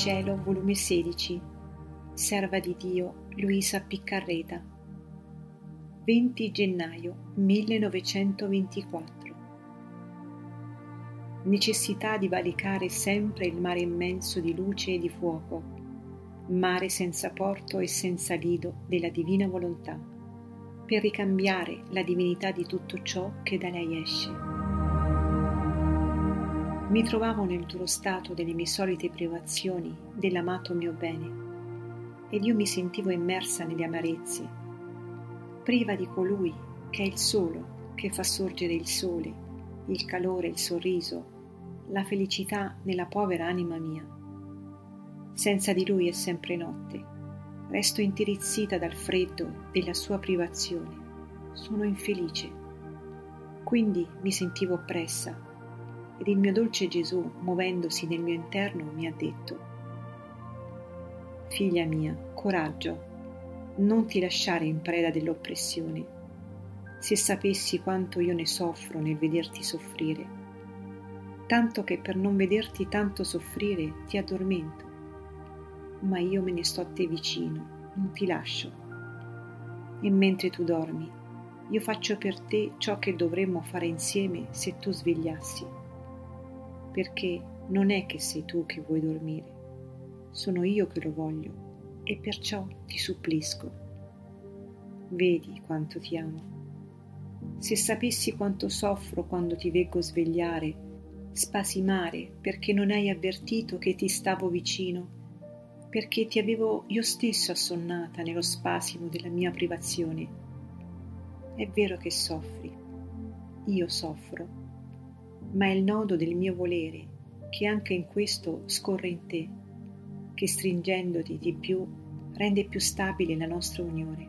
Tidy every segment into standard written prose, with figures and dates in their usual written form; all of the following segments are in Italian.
cielo, volume 16, Serva di Dio Luisa Piccarreta, 20 gennaio 1924. Necessità di valicare sempre il mare immenso di luce e di fuoco, mare senza porto e senza lido della divina volontà, per ricambiare la divinità di tutto ciò che da lei esce. Mi trovavo nel duro stato delle mie solite privazioni dell'amato mio bene, ed io mi sentivo immersa nelle amarezze, priva di colui che è il solo che fa sorgere il sole, il calore, il sorriso, la felicità nella povera anima mia. Senza di lui è sempre notte, resto intirizzita dal freddo della sua privazione, sono infelice. Quindi mi sentivo oppressa, ed il mio dolce Gesù, muovendosi nel mio interno, mi ha detto: figlia mia, coraggio, non ti lasciare in preda dell'oppressione. Se sapessi quanto io ne soffro nel vederti soffrire, tanto che per non vederti tanto soffrire ti addormento, ma io me ne sto a te vicino, non ti lascio. E mentre tu dormi, io faccio per te ciò che dovremmo fare insieme se tu svegliassi. Perché non è che sei tu che vuoi dormire, sono io che lo voglio e perciò ti supplisco. Vedi quanto ti amo. Se sapessi quanto soffro quando ti veggo svegliare, spasimare perché non hai avvertito che ti stavo vicino, perché ti avevo io stesso assonnata nello spasimo della mia privazione. È vero che soffri, io soffro, ma è il nodo del mio volere che anche in questo scorre in te, che stringendoti di più rende più stabile la nostra unione.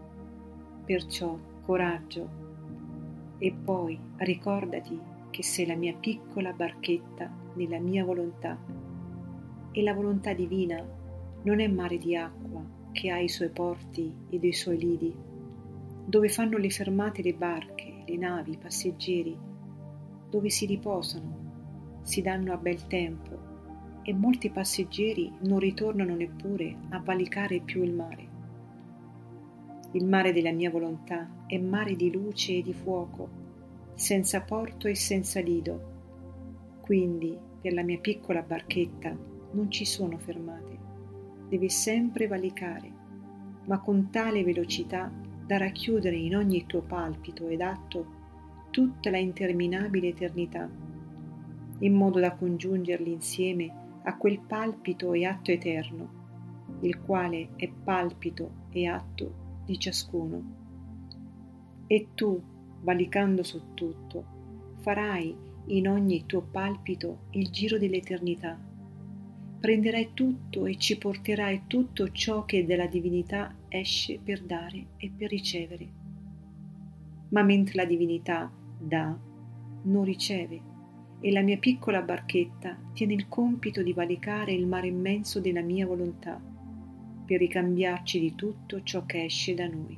Perciò coraggio, e poi ricordati che sei la mia piccola barchetta nella mia volontà, e la volontà divina non è mare di acqua che ha i suoi porti ed i suoi lidi, dove fanno le fermate le barche, le navi, i passeggeri, dove si riposano, si danno a bel tempo, e molti passeggeri non ritornano neppure a valicare più il mare. Il mare della mia volontà è mare di luce e di fuoco, senza porto e senza lido. Quindi, per la mia piccola barchetta non ci sono fermate, deve sempre valicare, ma con tale velocità da racchiudere in ogni tuo palpito ed atto tutta la interminabile eternità, in modo da congiungerli insieme a quel palpito e atto eterno, il quale è palpito e atto di ciascuno. E tu, valicando su tutto, farai in ogni tuo palpito il giro dell'eternità, prenderai tutto e ci porterai tutto ciò che dalla divinità esce per dare e per ricevere. Ma mentre la divinità dà, non riceve, e la mia piccola barchetta tiene il compito di valicare il mare immenso della mia volontà, per ricambiarci di tutto ciò che esce da noi.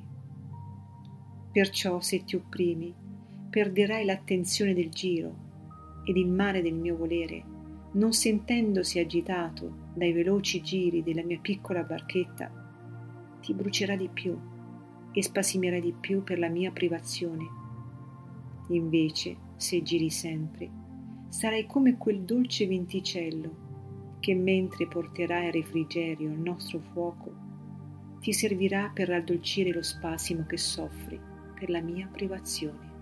Perciò se ti opprimi, perderai l'attenzione del giro, ed il mare del mio volere, non sentendosi agitato dai veloci giri della mia piccola barchetta, ti brucerà di più e spasimerà di più per la mia privazione. Invece, se giri sempre, sarai come quel dolce venticello che, mentre porterai a refrigerio il nostro fuoco, ti servirà per raddolcire lo spasimo che soffri per la mia privazione.